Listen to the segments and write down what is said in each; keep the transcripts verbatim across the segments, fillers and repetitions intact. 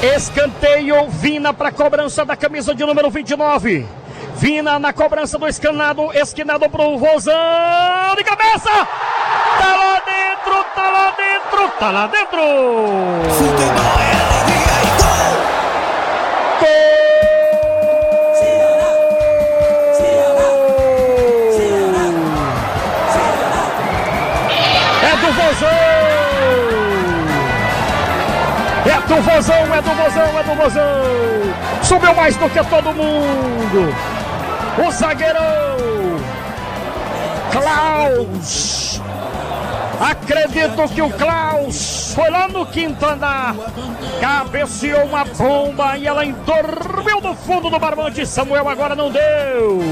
Escanteio, Vina para cobrança da camisa de número vinte e nove. Vina na cobrança do escanado, esquinado pro Vozão, de cabeça! Tá lá dentro, tá lá dentro, tá lá dentro! Futebol é alegria e gol! Gol! É do Vozão! É do Vozão, é do Vozão, é do Vozão! Subiu mais do que todo mundo! O zagueirão Klaus. Acredito que o Klaus foi lá no quinto andar, cabeceou uma bomba e ela dormiu no fundo do barbante. Samuel agora não deu.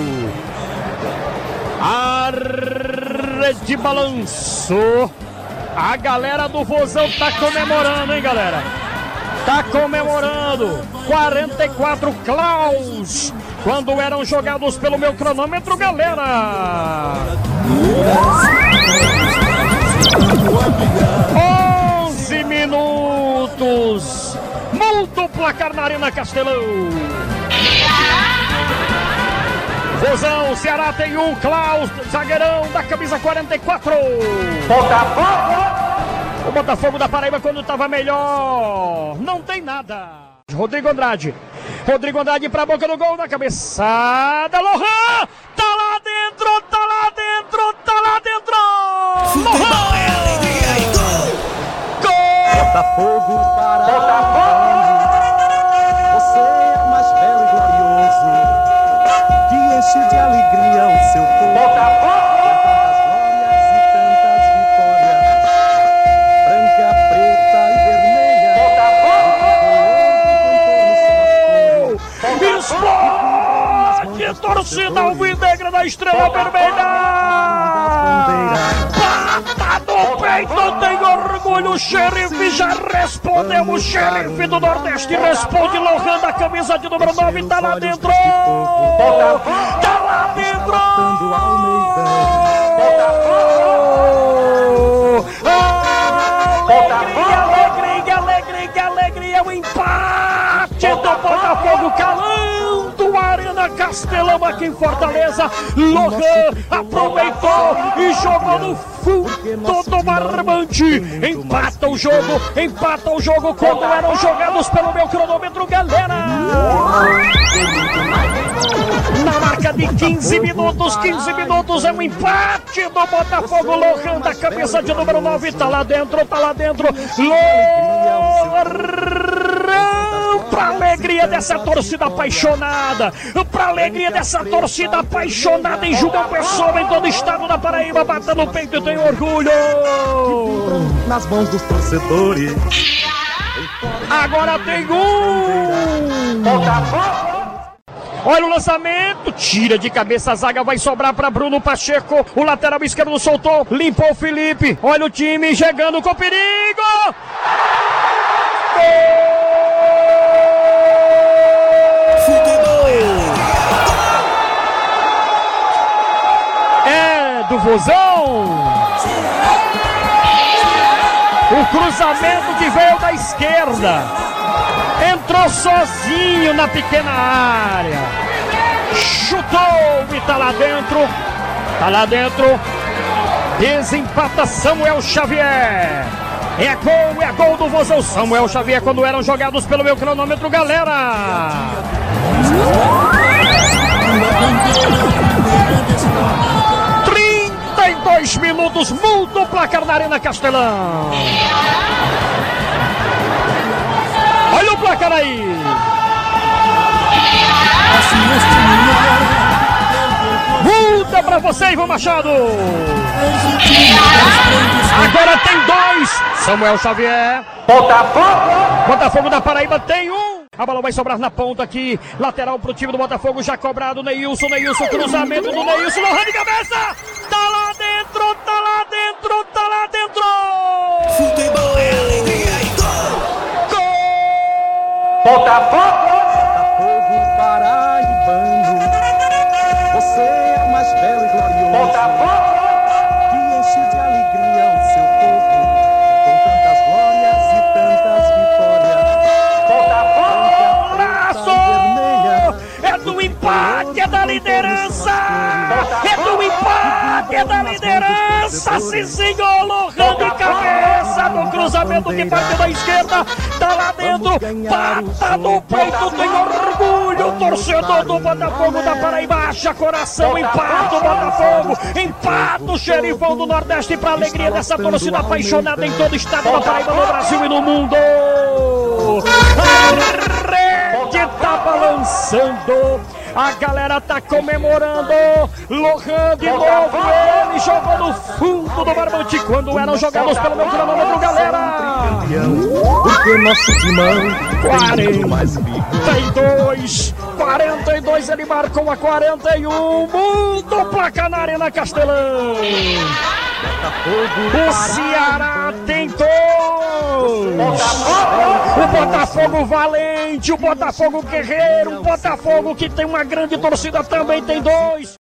A rede balançou. A galera do Vozão tá comemorando, hein, galera? Tá comemorando. quarenta e quatro Klaus. Quando eram jogados pelo meu cronômetro, galera. onze minutos. Muda o placar na Arena Castelão. Vozão, Ceará tem um, Klaus, zagueirão da camisa quarenta e quatro. Botafogo. O Botafogo da Paraíba quando estava melhor. Não tem nada. Rodrigo Andrade. Rodrigo Andrade para a boca do gol, na cabeçada. Lohan! Tá lá dentro, tá lá dentro, tá lá dentro! Futebol é alegria e gol! Gol! Botafogo para Botafogo! Você é o mais belo e glorioso, que enche de alegria o seu povo. Botafogo! Tantas glórias e tantas vitórias, branca, preta e vermelha. Botafogo! Explode! Torcida alvinegra da Estrela Vermelha! Bata no peito, tem orgulho, o xerife já respondeu, o xerife do Nordeste responde, Lohan da camisa de número nove, tá lá dentro! Tá lá dentro! Alegria, alegria, alegria, alegria, o empate do Botafogo calando a Arena Castelão aqui em Fortaleza. Lohan aproveitou e jogou no fundo do barbante. Empata o jogo, empata o jogo quando eram jogados pelo meu cronômetro, galera. Na marca de quinze minutos, quinze minutos é um empate do Botafogo. Lohan da camisa de número nove, tá lá dentro, tá lá dentro. Lohan, pra alegria dessa torcida apaixonada, pra alegria dessa torcida apaixonada em João Pessoa, em todo o estado da Paraíba, bata no peito e tem orgulho. Nas mãos dos torcedores. Agora tem um. Olha o lançamento, tira de cabeça a zaga, vai sobrar para Bruno Pacheco. O lateral esquerdo soltou, limpou o Felipe. Olha o time chegando com perigo. É do Vozão. O cruzamento que veio da esquerda entrou sozinho na pequena área, chutou e tá lá dentro, tá lá dentro, desempata Samuel Xavier. É gol, é gol do Vozão. Samuel Xavier quando eram jogados pelo meu cronômetro, galera. trinta e dois minutos, muda o placar na Arena Castelão. Olha o placar aí. Muda pra você, Ivan Machado. Agora tem dois. Samuel Xavier. Botafogo. Botafogo da Paraíba tem um. A bola vai sobrar na ponta aqui. Lateral pro time do Botafogo, já cobrado. Neilson, Neilson, cruzamento do Neilson. Lohan de cabeça. Tá lá dentro, tá lá dentro, tá lá dentro. Futebol é alegria e gol! Gol! Botafogo! Botafogo paraibano, você é o mais belo e glorioso. Botafogo! Que enche de alegria o seu povo, com tantas glórias e tantas vitórias. Botafogo! liderança! É do empate, é da liderança! Sim, senhor! Lohan de cabeça no cruzamento que parte da esquerda, tá lá dentro, pata no peito, tem orgulho, torcedor do Botafogo da Paraíba, acha coração, empata o Botafogo, empata o xerifão do Nordeste pra alegria dessa torcida apaixonada em todo o estado da Paraíba, no Brasil e no mundo. A rede tá balançando, a galera tá comemorando. Lohan de novo, ele jogou no fundo do barbante quando eram jogados pelo meu cronômetro, galera. Porque nosso timão quarenta e dois, quarenta e dois, ele marcou a quarenta e um, muda o placar na Arena Castelão. O Ceará tem dois. O Botafogo valente, o Botafogo guerreiro, o Botafogo que tem uma grande torcida também tem dois.